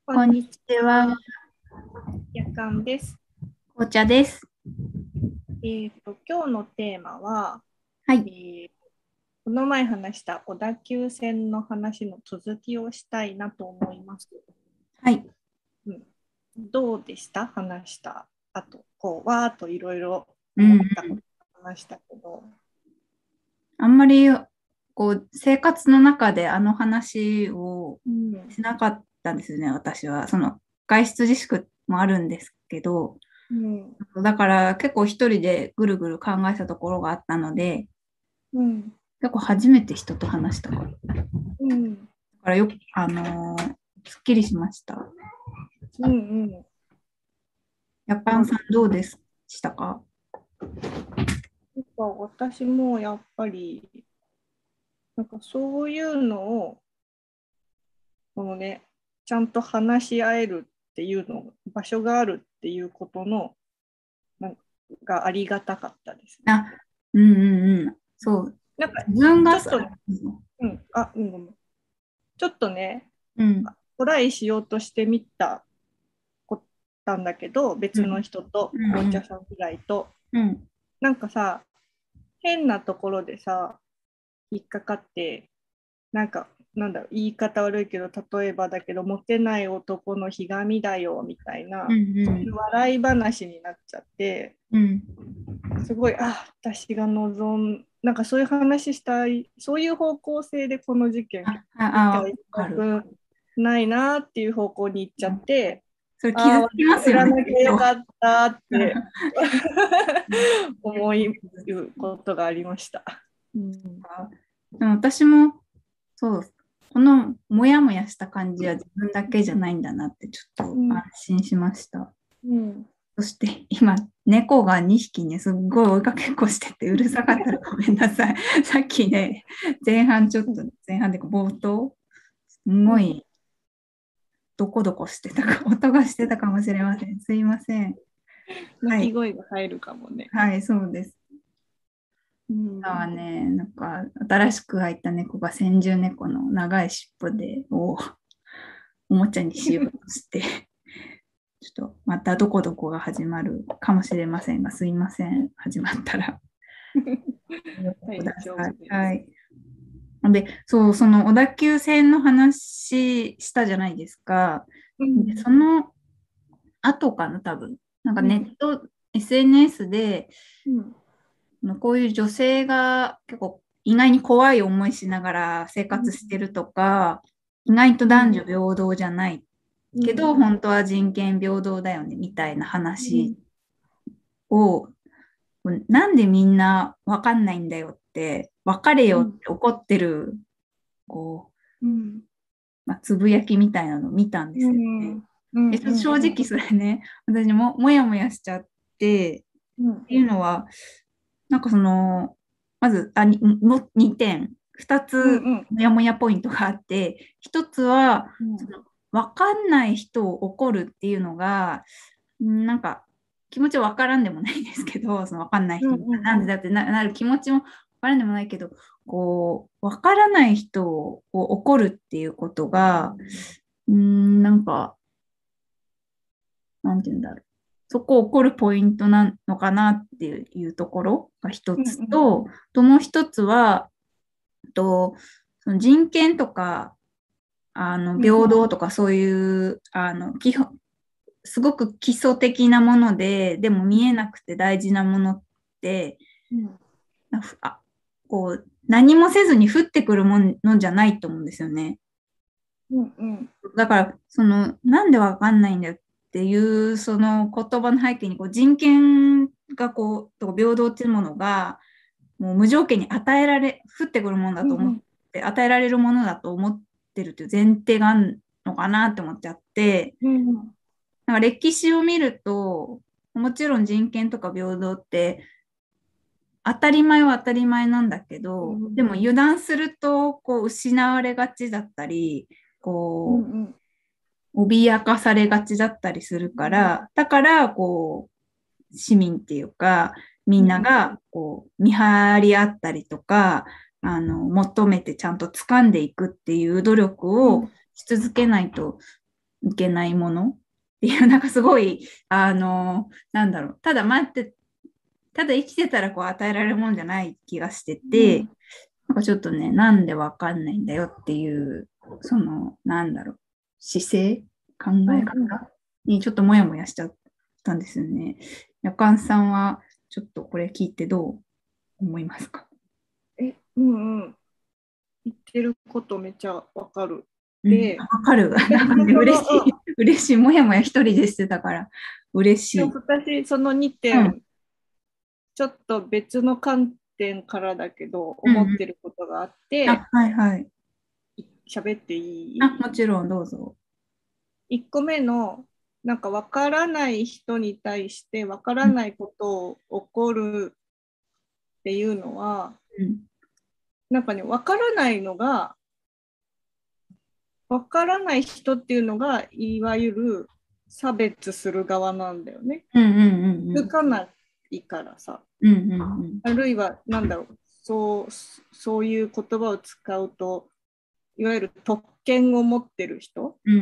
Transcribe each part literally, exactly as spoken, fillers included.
こんにこんにちは、 ちは。やかんです。 紅茶です。 えっと、今日のテーマは、 はい。 えーこの前話した小田急線の話の続きをしたいなと思います。 はい。 うん、どうでした話した後、こう、わーっといろいろうんう思ったことん。 話したけど、 あんまり、こう、生活の中であの話をうん、 しなかったんですよね、私は。その、外出自粛もあるんですけど、 うん、 だから結構一人でぐるぐる考えたところがあったので、 うん、 結構初めて人と話したから。だうん、 からよく、あのーすっきりしました。 うん、うん。 やかんさんどうですしたか？ なんか私もやっぱり、なんかそういうのを、このね、ちゃんと話し合えるっていうの、場所があるっていうことの、なんかありがたかったですね。 あ、うんうんうん。そう。 なんか、 自分がさ、 ちょっとね、うん、あ、うん、ごめん。ちょっとね、 うん、 トライしようとしてみたこたんだけど、 うん、 別の人と、 うん、うん。 紅茶さんぐらいと、 うん。 なんかさ、変なところでさ、引っかかって、なんか、なんだろう、言い方悪いけど、例えばだけど、モテない男のひがみだよみたいな、 うんそういう笑い話になっちゃって、 うん。 すごい、あ、私が望ん、なんかそういう話したい、そういう方向性でこの事件あ、あ、あ、わ理解したかる。 くないなっていう方向に行っちゃうん、 って、 それ傷ああ、 つきますよね、 振らなきゃ結構。 よかったって結思う構傷つきことがありました。うん。 た。でも私も、そう、このモヤモヤした感じは自分だけじゃないんだなってちょっと安うん。 心しました。 うん。 そして今、猫がにひきね、すっごい追いかけっこしててうるさかったらごめんなさい。さっきね、前半ちょっと、前半で冒頭、すうん。 ごいどこどこしてたか、音がしてたかもしれません。すいません。 鳴きはい。 声が入るかもね。 はい、そうです。 う今はん。 ね、なんか新しく入った猫が先住猫の長い尻尾で、をおもちゃにしようとして、ちょっとまたどこどこが始まるかもしれませんが、すいません。始まったらご了承くだ大丈さい。 夫です。 はい。で、そう、その小田急線の話したじゃないですか。で、 うん。 その後かな、多分。なんかうん。 ネット、エスエヌエス で、 うん。 こういう女性が結構意外に怖い思いしながら生うん。 活してるとか、意外とうん。 男女平等じゃないうん。 けど、本当は人権平等だよねみたいな話うん。 を、なんでみんなわかんないんだよって、わかれよっうん。 て怒ってる、こうん。 う、まあ、つぶやきみたいなのを見たんでうすよね。 ん。うん。 で、ちょっと正うん。 直それね、私ももやもやしちゃって、 うん。 っていうのは、なんかその、まず、あ、に、もにてん、ふたつ、 うん。 もやもやポイントがあって、ひとつは、 うん。 その、わかんない人を怒るっていうのが、んなんか、気持ちはわからんでもないんですけど、そのわかんない人に、 うん。 なんでだってな、なる気持ちもわからんでもないけど、こう、わからない人を怒るっていうことが、んなんか、なんて言うんだろう。そこを起こるポイントなのかなっていうところが一うん。 つと、ともう一つは、とその人権とか、あの、 うん。 平等とかそういう、あの、基本、すごく基礎的なもので、でも見えなくて大事なものって、 うん。 あ、こう、何もせずに降ってくるものじゃないと思うんですよね。 うん。うん。 だから、その、なんでわかんないんだよっていう、その言葉の背景に、こう、人権がこう、と平等っていうものが、もう無条件に与えられ、降ってくるものだと思っうん。 て、与えられるものだと思ってるという前提があるのかなって思っちゃって、 うん。 なんか歴史を見ると、もちろん人権とか平等って当たり前は当たり前なんだけど、でも油断するとこう失われがちだったり、こうん。 う脅かされがちだったりするから、だからこう市民っていうか、みんながこう見張り合ったりとか、あの求めてちゃんと掴んでいくっていう努力をし続けないといけないものっていう、なんかすごい、あの、なんだろう、ただ待って、ただ生きてたらこう与えられるもんじゃない気がしてて、 うん、 なんかちょっとね、なんでわかんないんだよっていう、その、なんだろう、姿勢、考えうん、うん。 方にちょっともやもやしちゃったんですよね。やかんさんは、ちょっとこれ聞いてどう思いますか？ え、うんうん。言ってることめっちゃわかる。 うん、 で、 わかる。なんかね、 私もその、 嬉しい、 うん、 嬉しい。もやもや一人でしてたから、嬉しでもい。 私、そのにうん、 てん、ちょっと別の観点からだけど、 うん、うん。 思ってることがあっあ、 て、 はいはい。 喋っていあ、 い？ もちろん、どうぞ。 いっ 個目の、なんか分からない人に対して分からうん、 ないことを起こるっていうのは、 うん、 なんかね、分からないのが、分からない人っていうのが、いわゆる差別する側なんだよね。 うん、うん、うん、 気づかないからさ。 うん、うん、うん、 あるいは、なんだろう、そう、そういう言葉を使うと、いわゆる特権を持ってる人うん、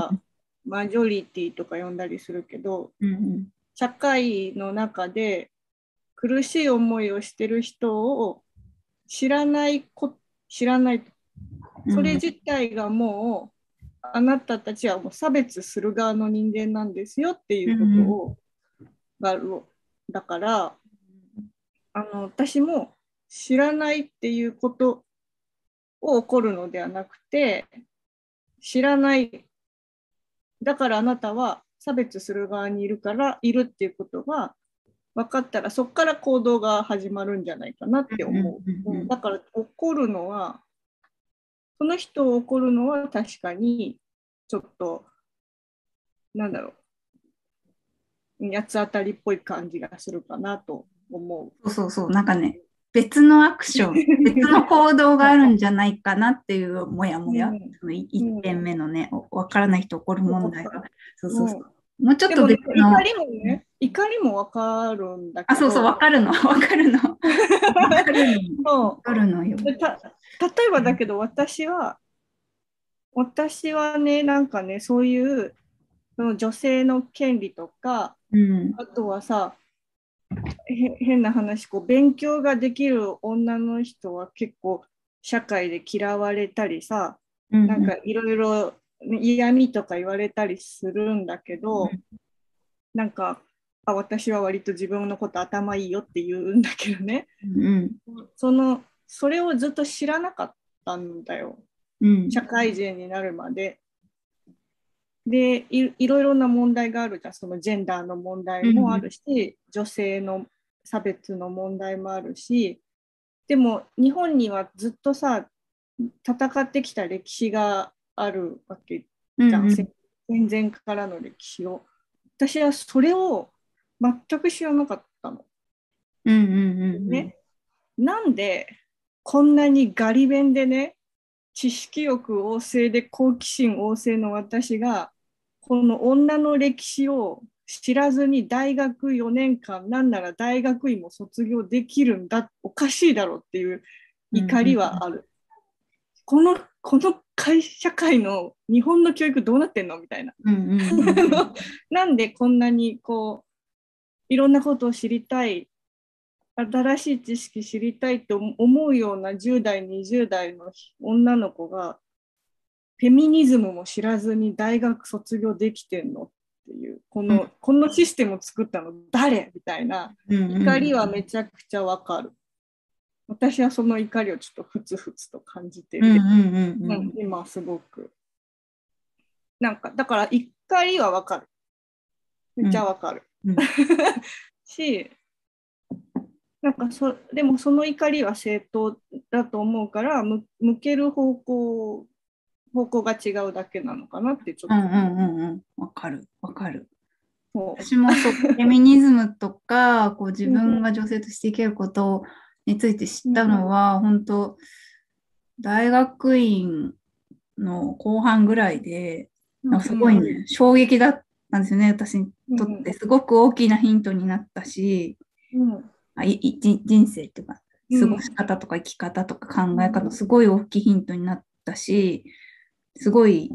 とか、マジョリティとか呼んだりするけど、 うん、 社会の中で苦しい思いをしてる人を知らないこ、知らない。 うん、 それ自体がもう、あなたたちはもう差別する側の人間なんですよっていうことうん、 を、がだから、あの私も知らないっていうことを起こるのではなくて、知らない、だからあなたは差別する側にいるからいるっていうことが分かったら、そこから行動が始まるんじゃないかなって思う。うん、だから怒るのは、その人を怒るのは確かにちょっと、なんだろう、八つ当たりっぽい感じがするかなと思そうそうそう、なんかね、別のアクション、別の行動があるんじゃないかなっていうもやもう。 や、 うん、 そのいうん、 一点目のね、おわからない人起こる問題が、そうそううん。 そう。もうちょっとでも、ね、 別の、 怒りもね、怒りも分かるんだあ、そうそう、 けど、 わかるの、わかるの、わかるの、わそかるのよ。 う、た例えばだけど、私は、私はね、なんかね、そういうその女性の権利とか、 うん、 あとはさ、へ変な話、こう勉強ができる女の人は結構社会で嫌われたりさ、 うん、うん、 なんかいろいろ嫌味とか言われたりするんだけど、なんか、あ、私は割と自分のこと頭いいよって言うんだけどね、 うん、 その、それをずっと知らなかったんだよ。 うん、 社会人になるまで。でい、いろいろな問題があるじゃん。そのジェンダーの問題うん、 もあるし、女性の差別の問題もあるし、でも日本にはずっとさ、戦ってきた歴史があるわけうん、 じゃん。戦うん、 前からの歴史を。私はそれを全く知らなかったの。 うん、うん、うん、 ね、なんでこんなにガリ勉でね、知識欲旺盛で好奇心旺盛の私が、この女の歴史を知らずに大学よねんかん、なんなら大学院も卒業できるんだ、おかしいだろうっていう怒りはある。この、この会社会の日本の教育どうなってんのみたいな。 うん、うん、 なんでこんなにこう、いろんなことを知りたい、新しい知識知りたいと思うようなじゅう代、にじゅう代の女の子が、フェミニズムも知らずに大学卒業できてんのっていう、この、このシステムを作ったの誰みたいな怒りはめちゃくちゃわかる。私はその怒りをちょっとふつふつと感じてうん、 る。 うん、ううん、 ん、 今すごく。なんか、だから怒りはわかる。めっちゃわかる。 うん、 し、なんかそでもその怒りは正当だと思うから向、向ける方向、方向が違うだけなのかなってちょっうん、うと思う。 ん、うん、うん、わかる、わかる。 そ私もそう、フェミニズムとか、こう自う。うん分が女性として生きることについて知ったうんのは、本当大学院の後半ぐらいで、 うんなんかすごいうんね、衝撃だったんですよね、私にとっうんて。すごく大きなヒントになったし、 うんあいいじ人生っていうか、過ごしうん方とか生き方とか考え方、すごい大きいヒントになったし、すごい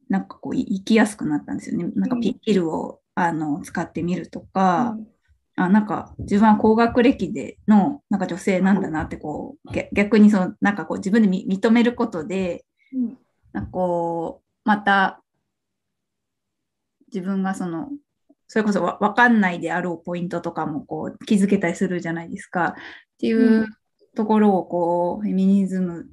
なんかこう生きやすくなったんですよね。なんかピ、ピルをあの使ってみるとか、 うん、 あ、なんか自分は高学歴でのなんか女性なんだなってこう逆逆にそのなんかこう自分でみ認めることでうん、 なんかこうまた自分がそのそれこそわ分かんないであろうポイントとかもこう気づけたりするじゃないですかっていううん、 ところをこうフェミニズム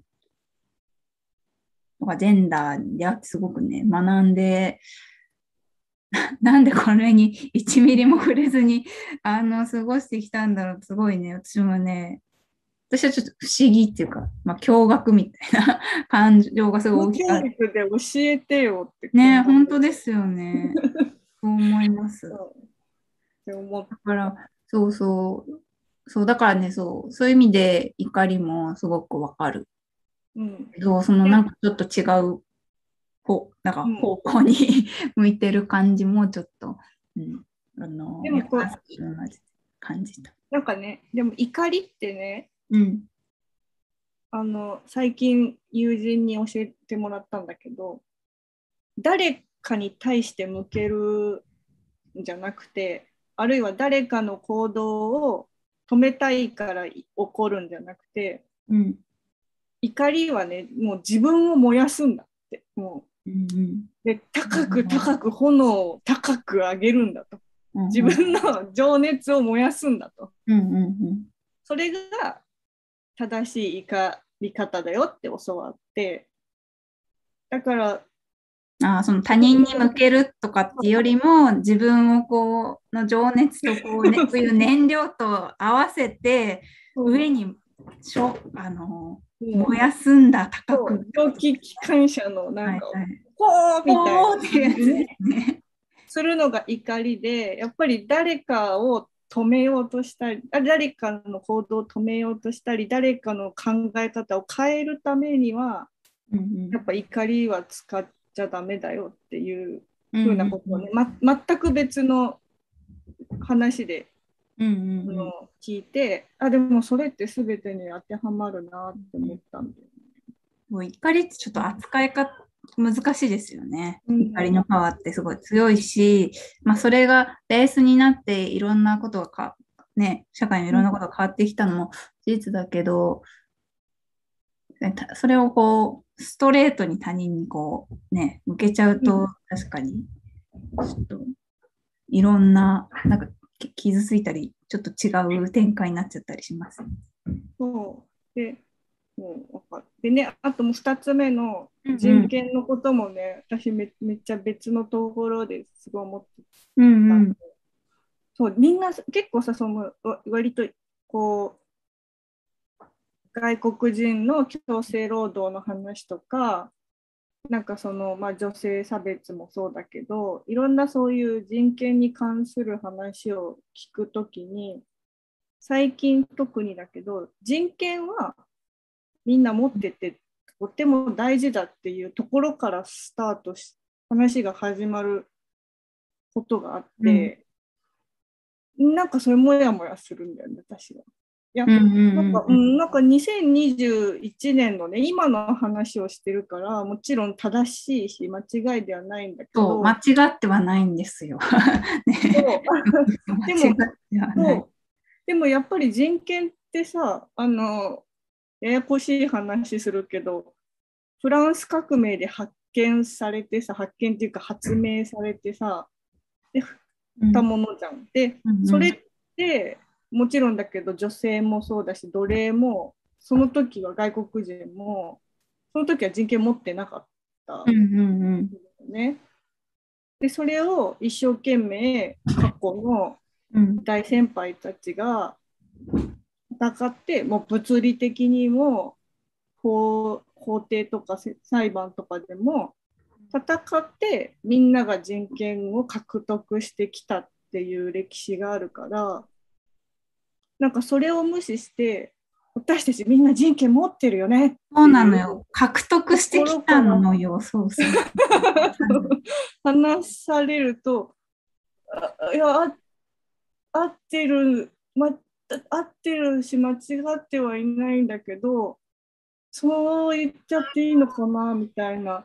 とかジェンダーであってすごくね学んでなんでこれにいちミリも触れずにあの過ごしてきたんだろうすごいね私もね私はちょっと不思議っていうか、まあ、驚愕みたいな感情がすごい大きかった。 教育で教えてよってね、 思う。 本当ですよね。そう思います。 そうって思っだかた。 ら、そうそう、そう、だからね、そう、そういう意味で怒りもすごくわかる。 うん。 けど、そので、 なんかちょっと違う方、なんかうん。 方向に向いてる感じもちょっと、うん、あの、 でもこう、 同じ感じた。 なんかね、でも怒りってね、 うん、 あの、最近友人に教えてもらったんだけど、誰かに対して向けるんじゃなくて、あるいは誰かの行動を止めたいから怒るんじゃなくて、 うん、 怒りはね、もう自分を燃やすんだって。もうん、うん、 うで、高く高く炎を高く上げるんだと。 うん、 自分の情熱を燃やすんだと。 うん、うん、 それが正しい怒り方だよって教わって、だから、 ああ、その他それ人に向けるとかっていうよりも、自分をこう、の情熱とこう、ね、そういう燃料と合わせて、上そにしょ、あの、 う、もう、 燃やすんだ、高そう、 く。 蒸気機関車のなんか、 はいはい。 ポーみたいなおーっていうやつで感じにすね。 するのが怒りで、やっぱり誰かを止めようとしたり、誰かの行動を止めようとしたり、誰かの考え方を変えるためには、 うんうんやっぱ怒りは使っちゃダメだよっていううんふうなうんうんことをね、ま、全く別の話でうんうあのんうん。 聞いて、あ、でもそれって全てに当てはまるなって思ったんで。 もう怒りってちょっと扱い方難しいですよね。 うん、 怒りのパワーってすごい強いし、まあ、それがベースになっていろんなことがか、ね、社会のいろんなことが変わってきたのも事実だけど、それをこう、ストレートに他人にこう、ね、向けちゃううん、 と、確かに、ちょっと、いろんな、なんか、傷ついたり、ちょっと違う展開になっちゃったりします。 そうで、もう分かる。でね、あともうふたつめのうんうん。 人権のこともね、私めめっちゃ別のところですごい思ってうんたんで、 うん。 そう、みんな結構さ、その割とこう、外国人の強制労働の話とか、なんかその、まあ、女性差別もそうだけど、いろんなそういう人権に関する話を聞くときに、最近特にだけど、人権はみんな持ってて、とても大事だっていうところからスタートし、話が始まることがあっうん。 て、なんかそれもやもやするんだよね、私は。いや、 うんうんなんか、 うんうん。 うん、なんかにせんにじゅういちねんのね、今の話をしてるから、もちろん正しいし、間違いではないんだけそう、間ど、 違ってはないんですよ。ね、 そう間でも、 違ってはない。 そうでもやっぱり人権ってさ、あの、ややこしい話するけど、フランス革命で発見されてさ、発見っていうか発明されてさ、で、たうんものじゃん。で、 うんうんそれってもちろんだけど、女性もそうだし、奴隷も、その時は外国人も、その時は人権持ってなかったうんうんうん。 ね。で、それを一生懸命過去のうん大先輩たちが戦って、もう物理的にも法法廷とか裁判とかでも戦ってみんなが人権を獲得してきたっていう歴史があるから、なんかそれを無視して私たちみんな人権持ってるよねっそうていうなのよ。獲得としてきたころからのよ。そうそう。 話されると、あいやあ合ってる、ま、合ってるし間違ってはいないんだけど、そう言っちゃっていいのかなみたいな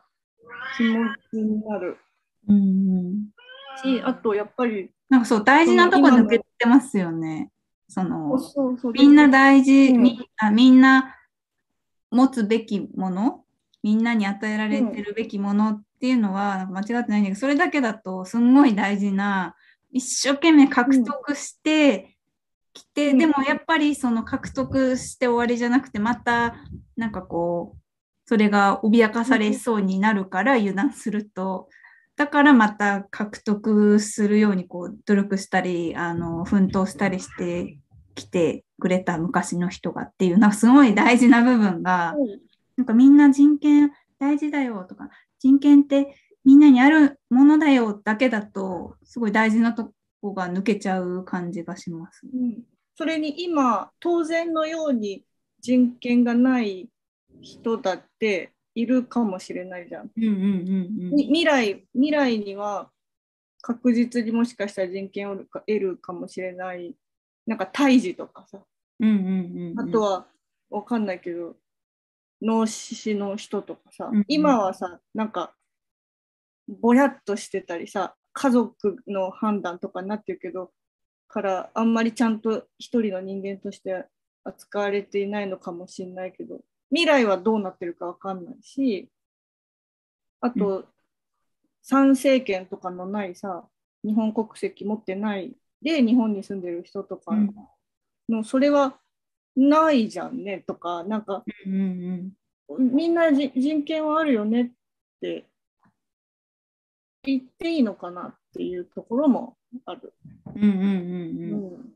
気持ちになるうんうん、 し、あとやっぱりなんかそう、大事なとこ抜けその今のてますよね。そそうの、 そうそうで、 みんな大事、 うんみ、あ、みんな持つべきもの、みんなに与えられてうんるべきものっていうのは間違ってないんだけど、それだけだとすんごい大事な、一生懸命獲うん得してきて、 うんでもやっぱりその獲得して終わりじゃなくて、またなんかこう、それが脅かされそうになるから油断すると、だからまた獲得するようにこう努力したり、あの奮闘したりしてきてくれた昔の人がっていう、なんかすごい大事な部分が、 うんなんかみんな人権大事だよとか、人権ってみんなにあるものだよだけだと、すごい大事なとこが抜けちゃう感じがします。 うんそれに今当然のように人権がない人だっているかもしれないじゃん。 うんうんうんうん。 未来未来には確実にもしかしたら人権を得るかもしれない。なんか胎児とかさ、 うんうんうんうん。 あとはわかんないけど、脳死の人とかさ、 うんうん今はさ、なんかぼやっとしてたりさ、家族の判断とかになってるけど、からあんまりちゃんと一人の人間として扱われていないのかもしれないけど、未来はどうなってるかわかんないし、あうんと、参政権とかのないさ、日本国籍持ってないで日本に住んでる人とかうんの、それはないじゃんねとか、なんか、 うんうんみんなじ人権はあるよねって言っていいのかなっていうところもある。 うんうんうんううんん、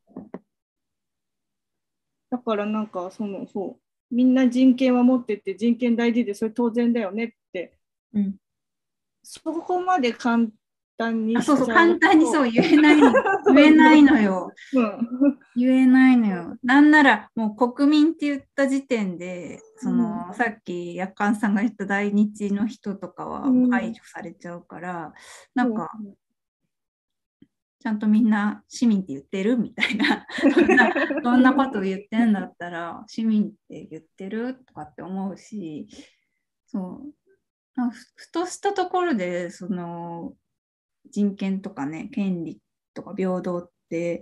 だからなんかそのそうみんな人権は持ってて人権大事でそれ当然だよねってうん。 そこまで簡単にあ、そうそう、 しちゃう簡単にとそう言えないの、言えないのよ。 うん、 言えないのよ。なんなら、もう国民って言った時点で、そうんの、さっき、やかんさんが言った在日の人とかは排うん除されちゃうから、なんそうか、ちゃんとみんな市民って言ってるみたいな、そんな、そんなこと言ってんだったら、市民って言ってるとかって思うし、そう、あふふとしたところで、その、人権とかね、権利とか平等って、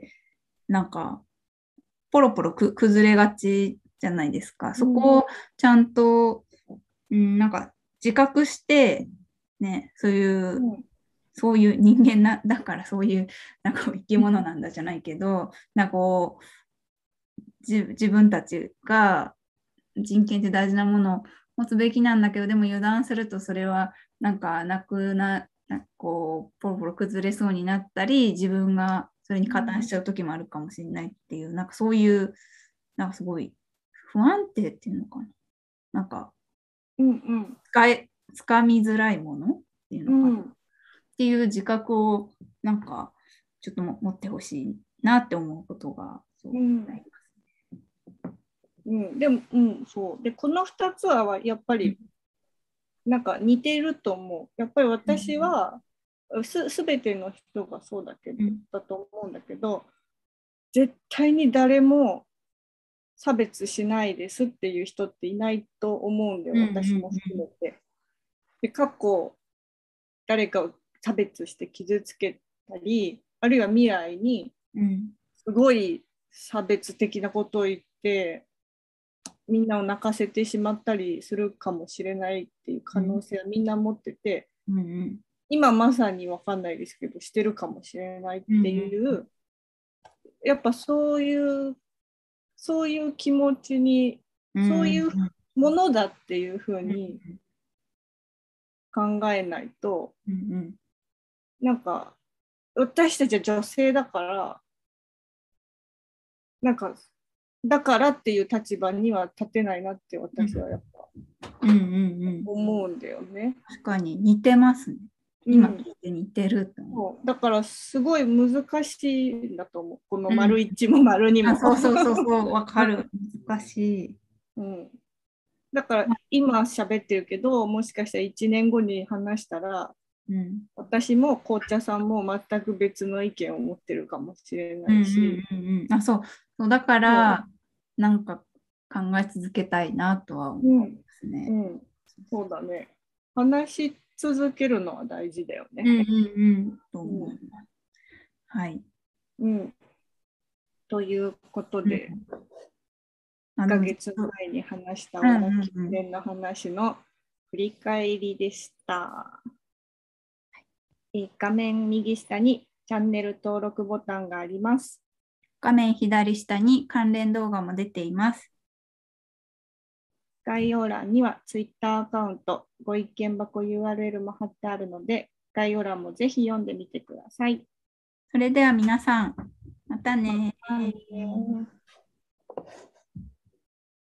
なんか、ポロポロく崩れがちじゃないですか。そうんこをちゃんと、うん、なんか自覚して、ね、そういう、 うんそういう人間なだからそういうなんか生き物なんだじゃないけど、なんかこうじ自分たちが人権って大事なものを持つべきなんだけど、でも油断するとそれはなんかなくな、なんかこうポロポロ崩れそうになったり、自分がそれに加担しちゃう時もあるかもしれないっていう、なんかそういう、なんかすごい不安定っていうのかな。なんかうんうん使え、つかみづらいものっていうのかな。っうんていう自覚をなんかちょっとも持ってほしいなって思うことがそううありんうん、でも、うん、そう。で、このふたつはやっぱます。 りなんか似てると思う。やっぱりうん私はすすべての人がそうだけど、 うんだと思うんだけど、絶対に誰も差別しないですっていう人っていないと思うんだよ、 うん私も含めて。で、過去、誰かを差別して傷つけたり、あるいは未来にうんすごい差別的なことを言って、みんなを泣かせてしまったりするかもしれないっていう可能性はみんな持ってて、 うんうん今まさに分かんないですけど、してるかもしれないっていう、やっぱそういう、そういう気持ちに、そういうものだっていうふうに考えないと、なんか、私たちは女性だから、なんか、だからっていう立場には立てないなって私はやっぱ思うんだよね。 確かに似てますね。今聞いて似てると思う。 そうだからすごい難しいんだと思う。この丸一も丸二も。 あ、そうそうそうそう、わかる。難しい。 うん、だから今喋ってるけど、もしかしたらいちねんごに話したら、 うん、 私も紅茶さんも全く別の意見を持ってるかもしれなうんいし。 うんうんうん。あ、そう。そうだから、なんか考え続けたいなとは思いうん、 ますね。 うん、そうだね。 話し続けるのは大事だようんうね。 んうんと思います。はい。 うん。ということうん、 で、1 あ、でもずっヶ月と、 前に話したうん小田急うんうん。 線の話の振り返りでした。えー画面右下にチャンネル登録ボタンがあります。 画面左下に関連動画も出ています。 概要欄には Twitter アカウント、ご意見箱 ユーアールエル も貼ってあるので、概要欄もぜひ読んでみてください。 それでは皆さん、またね。 はい。